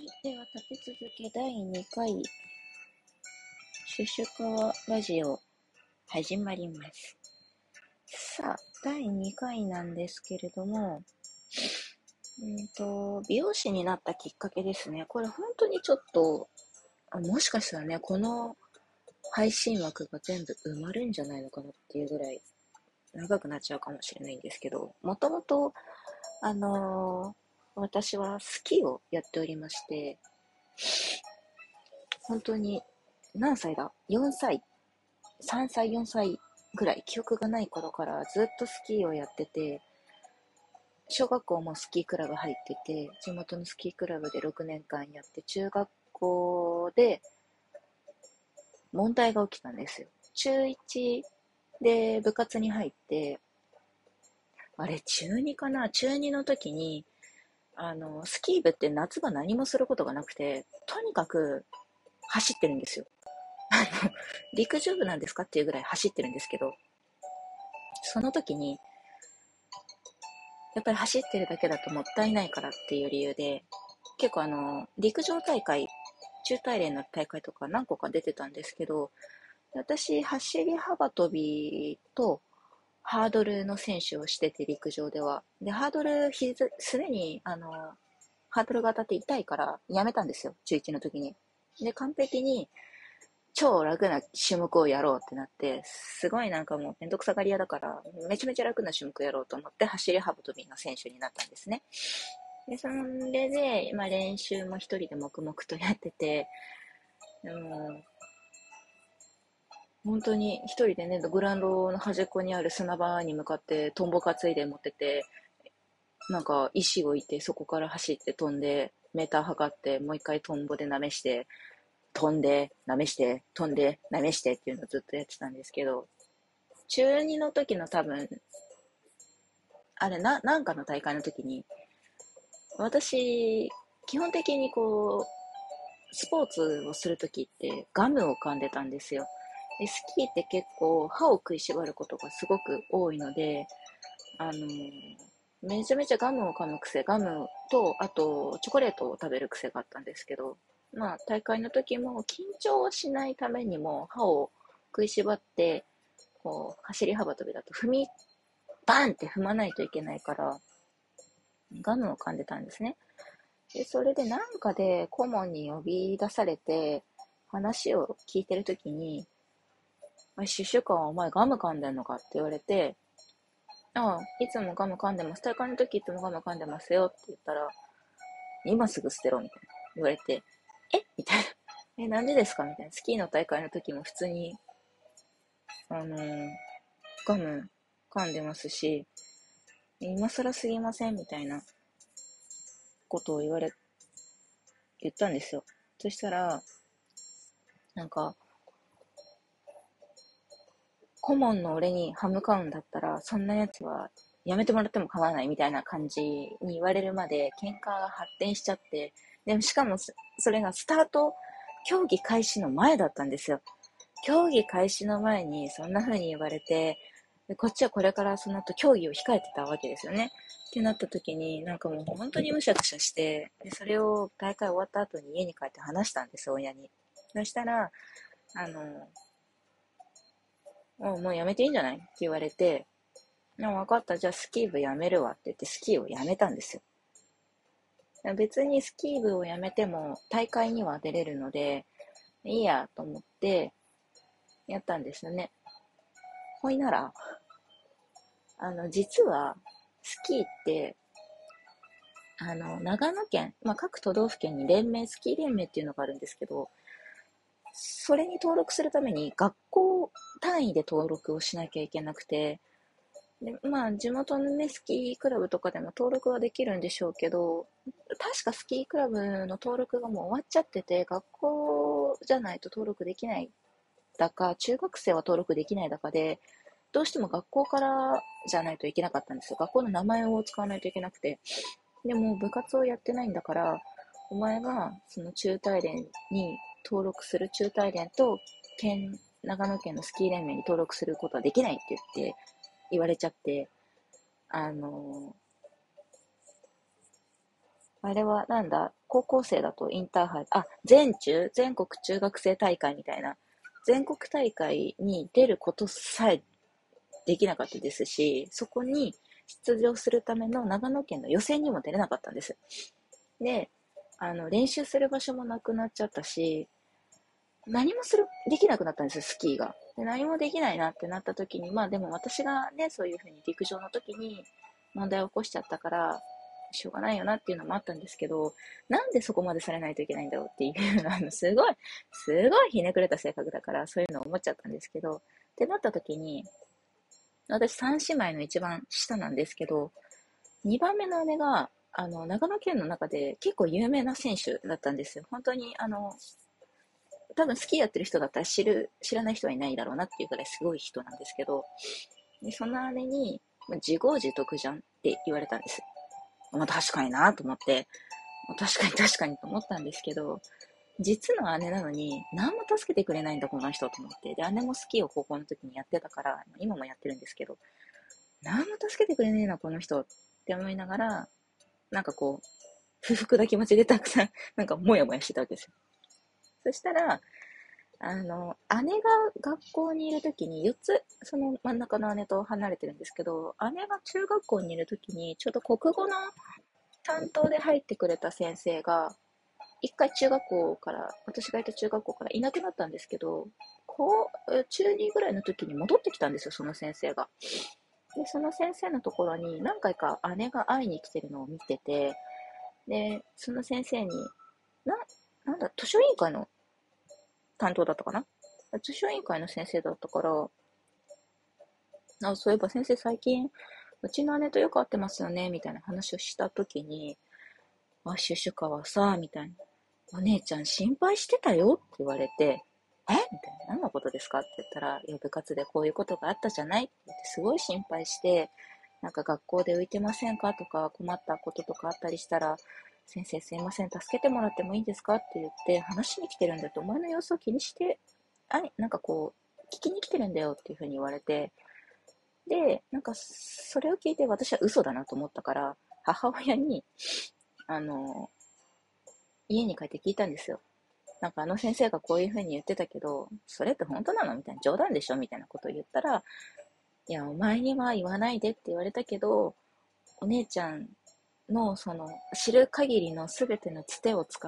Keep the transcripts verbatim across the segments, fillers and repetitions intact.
い。では、立て続けだいにかい、シュシュカワラジオ、始まります。さあ、だいにかいなんですけれども、うんと、美容師になったきっかけですね。これ本当にちょっと、あもしかしたらね、この配信枠が全部埋まるんじゃないのかなっていうぐらい長くなっちゃうかもしれないんですけど、もともと、あのー私はスキーをやっておりまして、本当に何歳だ ?よん 歳、さんさい、よんさいぐらい、記憶がない頃からずっとスキーをやってて、小学校もスキークラブ入ってて、地元のスキークラブでろくねんかんやって、中学校で問題が起きたんですよ。中いちで部活に入って、あれ中にかな中にの時に、あの、スキー部って夏場何もすることがなくて、とにかく走ってるんですよ。あの、陸上部なんですかっていうぐらい走ってるんですけど、その時に、やっぱり走ってるだけだともったいないからっていう理由で、結構あの、陸上大会、中大連の大会とか何個か出てたんですけど、私、走り幅跳びとハードルの選手をしてて、陸上では。で、ハードル、ひずすでに、あの、ハードルが当たって痛いからやめたんですよ、中いちの時に。で、完璧に超楽な種目をやろうってなって、すごいなんかもうめんどくさがり屋だから、めちゃめちゃ楽な種目やろうと思って走り幅跳びの選手になったんですね。で、それで、まあ練習も一人で黙々とやってて、でも本当に一人でね、グラウンドの端っこにある砂場に向かってトンボ担いで持ってて、なんか石を置いてそこから走って飛んで、メーター測って、もう一回トンボで舐めして、飛んで、舐めして、飛んで、舐めしてっていうのをずっとやってたんですけど、中にの時の多分、あれな、なんかの大会の時に、私、基本的にこう、スポーツをする時ってガムを噛んでたんですよ。で、スキーって結構歯を食いしばることがすごく多いので、あのーめちゃめちゃガムを噛む癖、ガムと、あと、チョコレートを食べる癖があったんですけど、まあ、大会の時も緊張をしないためにも歯を食いしばって、こう、走り幅跳びだと踏み、バーンって踏まないといけないから、ガムを噛んでたんですね。で、それでなんかで顧問に呼び出されて、話を聞いてる時に、シュシュカはお前ガム噛んでんのかって言われて、ああ、いつもガム噛んでます。大会の時いつもガム噛んでますよって言ったら、今すぐ捨てろみたいな言われて、えみたいな。え、なんでですかみたいな。スキーの大会の時も普通に、あのーガム噛んでますし、今更すぎませんみたいなことを言われ、言ったんですよ。そしたら、なんか、顧問の俺に歯向かうんだったら、そんなやつはやめてもらっても構わないみたいな感じに言われるまで喧嘩が発展しちゃって、でもしかもそれがスタート、競技開始の前だったんですよ。競技開始の前にそんな風に言われて、でこっちはこれからその後競技を控えてたわけですよね。ってなった時に、なんかもう本当にむしゃくしゃして、でそれを大会終わった後に家に帰って話したんです、親に。そしたら、あの、もうもうやめていいんじゃないって言われて、分かった、じゃあスキー部やめるわって言ってスキーをやめたんですよ。別にスキー部をやめても大会には出れるので、いいやと思ってやったんですよね。ほいなら、あの、実はスキーって、あの、長野県、まあ、各都道府県に連盟、スキー連盟っていうのがあるんですけど、それに登録するために学校単位で登録をしなきゃいけなくて、で、まあ、地元のね、スキークラブとかでも登録はできるんでしょうけど、確かスキークラブの登録がもう終わっちゃってて、学校じゃないと登録できないだか、中学生は登録できないだかで、どうしても学校からじゃないといけなかったんですよ。学校の名前を使わないといけなくて。でも部活をやってないんだから、お前がその中大連に登録する中大連と県、長野県のスキー連盟に登録することはできないって言って言われちゃって、あの、あれはなんだ、 高校生だとインターハイ、あ、全中、全国中学生大会みたいな、全国大会に出ることさえできなかったですし、そこに出場するための長野県の予選にも出れなかったんです。で、あの、練習する場所もなくなっちゃったし、何もする、できなくなったんですよ、スキーが。で、何もできないなってなった時に、まあでも私がね、そういうふうに陸上の時に問題を起こしちゃったから、しょうがないよなっていうのもあったんですけど、なんでそこまでされないといけないんだろうっていう、あの、すごい、すごいひねくれた性格だから、そういうのを思っちゃったんですけど、ってなった時に、私三姉妹の一番下なんですけど、にばんめの姉が、あの、長野県の中で結構有名な選手だったんですよ。本当に、あの、多分スキーやってる人だったら知る、知らない人はいないだろうなっていうくらいすごい人なんですけど、でその姉に、まあ自業自得じゃんって言われたんです。まあ確かになと思って、まあ確かに確かにと思ったんですけど、実の姉なのに何も助けてくれないんだこの人と思って、で姉もスキーを高校の時にやってたから、今もやってるんですけど、何も助けてくれねえなこの人って思いながら、なんかこう不服な気持ちでたくさんなんかモヤモヤしてたわけですよ。そしたら、あの、姉が学校にいるときによっつ、その真ん中の姉と離れてるんですけど、姉が中学校にいるときに、ちょうど国語の担当で入ってくれた先生が、一回中学校から、私がいた中学校からいなくなったんですけど、こう、中にぐらいの時に戻ってきたんですよ、その先生が。で、その先生のところに何回か姉が会いに来てるのを見てて、で、その先生に、な、なんだ、図書委員会の担当だったかな、図書委員会の先生だったから、あ、そういえば先生最近、うちの姉とよく会ってますよね、みたいな話をしたときに、あ、シュシュカはさ、みたいな。お姉ちゃん心配してたよって言われて、えみたいな。何のことですかって言ったら、いや、部活でこういうことがあったじゃないって言って、すごい心配して、なんか学校で浮いてませんかとか、困ったこととかあったりしたら、先生すいません、助けてもらってもいいですかって言って話しに来てるんだって、お前の様子を気にして、あ、なんかこう、聞きに来てるんだよっていうふうに言われて、で、なんかそれを聞いて私は嘘だなと思ったから、母親に、あの、家に帰って聞いたんですよ。なんかあの先生がこういう風に言ってたけど、それって本当なのみたいな、冗談でしょみたいなことを言ったら、いや、お前には言わないでって言われたけど、お姉ちゃんのその知る限りの全てのつてを使って、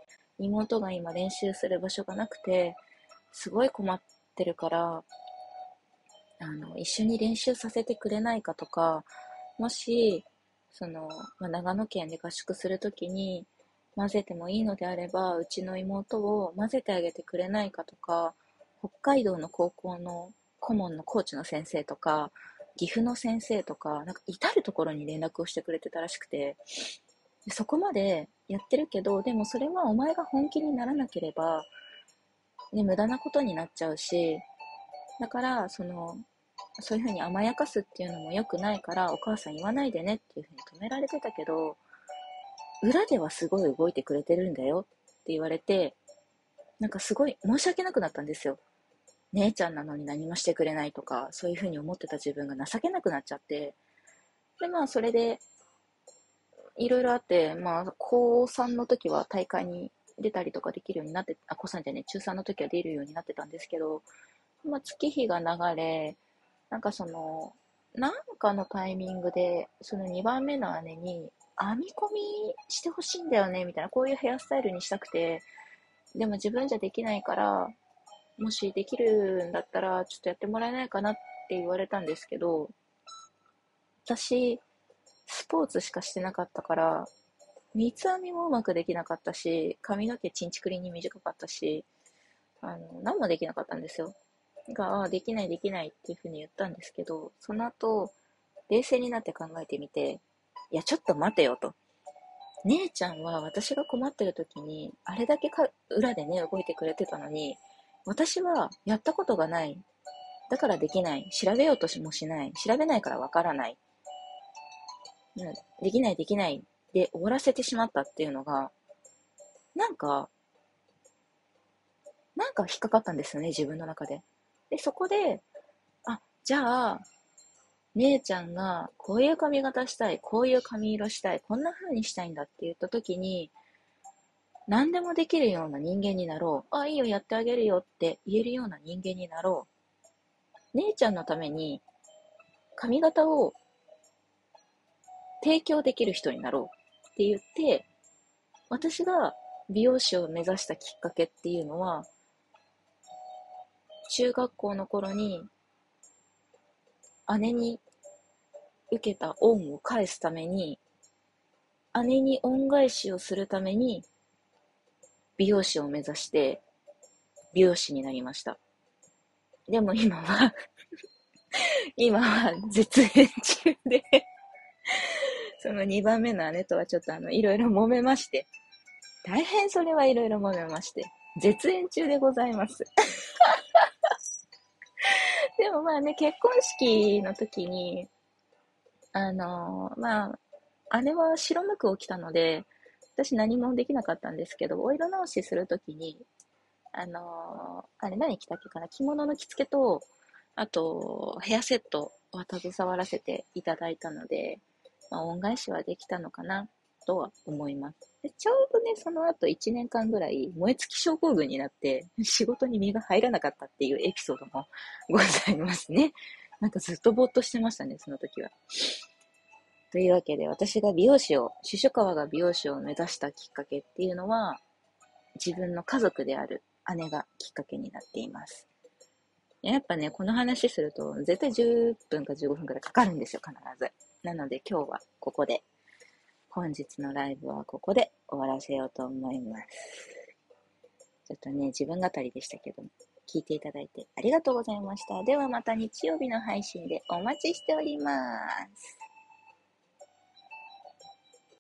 妹が今練習する場所がなくて、すごい困ってるから、あの、一緒に練習させてくれないかとか、もし、その、まあ、長野県で合宿するときに、混ぜてもいいのであれば、うちの妹を混ぜてあげてくれないかとか、北海道の高校の顧問のコーチの先生とか、岐阜の先生とか、なんか至るところに連絡をしてくれてたらしくて、そこまでやってるけど、でもそれはお前が本気にならなければ、ね、無駄なことになっちゃうし、だから、その、そういうふうに甘やかすっていうのも良くないから、お母さん言わないでねっていうふうに止められてたけど、裏ではすごい動いてくれてるんだよって言われて、なんかすごい申し訳なくなったんですよ。姉ちゃんなのに何もしてくれないとか、そういうふうに思ってた自分が情けなくなっちゃって、で、まあそれで、いろいろあって、まあ高さんの時は大会に出たりとかできるようになって、あ、高さんじゃね、中さんの時は出るようになってたんですけど、まあ月日が流れ、なんかその、なんかのタイミングで、そのにばんめの姉に、編み込みしてほしいんだよね、みたいな、こういうヘアスタイルにしたくて、でも自分じゃできないから、もしできるんだったら、ちょっとやってもらえないかなって言われたんですけど、私、スポーツしかしてなかったから、三つ編みもうまくできなかったし、髪の毛チンチクリンに短かったし、あの、何もできなかったんですよ。が、あできないできないっていうふうに言ったんですけど、その後、冷静になって考えてみて、いや、ちょっと待てよと。姉ちゃんは私が困ってる時に、あれだけか裏でね、動いてくれてたのに、私はやったことがない。だからできない。調べようともしない。調べないからわからない。できないできないで終わらせてしまったっていうのが、なんか、なんか引っかかったんですよね、自分の中で。で、そこで、あ、じゃあ、姉ちゃんがこういう髪型したい、こういう髪色したい、こんな風にしたいんだって言った時に、 何でもできるような人間になろう。あ、いいよ、やってあげるよって言えるような人間になろう。姉ちゃんのために髪型を提供できる人になろうって言って、私が美容師を目指したきっかけっていうのは、中学校の頃に姉に受けた恩を返すために、姉に恩返しをするために美容師を目指して美容師になりました。でも今は今は絶縁中でそのにばんめの姉とはちょっとあのいろいろ揉めまして、大変それはいろいろ揉めまして、絶縁中でございますでもまあね、結婚式の時に、あのーまあ、姉は白無垢を着たので、私何もできなかったんですけど、お色直しするときに、あのーあれ何着たっけかな、着物の着付けと、あと、ヘアセットは携わらせていただいたので、まあ、恩返しはできたのかな、とは思います。でちょうどね、その後いちねんかんぐらい、燃え尽き症候群になって、仕事に身が入らなかったっていうエピソードもございますね。なんかずっとぼーっとしてましたね、その時は。というわけで、私が美容師を、シュシュカワが美容師を目指したきっかけっていうのは、自分の家族である姉がきっかけになっています。やっぱね、この話すると、絶対じゅっぷんかじゅうごふんくらいかかるんですよ、必ず。なので今日はここで、本日のライブはここで終わらせようと思います。ちょっとね、自分語りでしたけども、聞いていただいてありがとうございました。ではまた日曜日の配信でお待ちしております。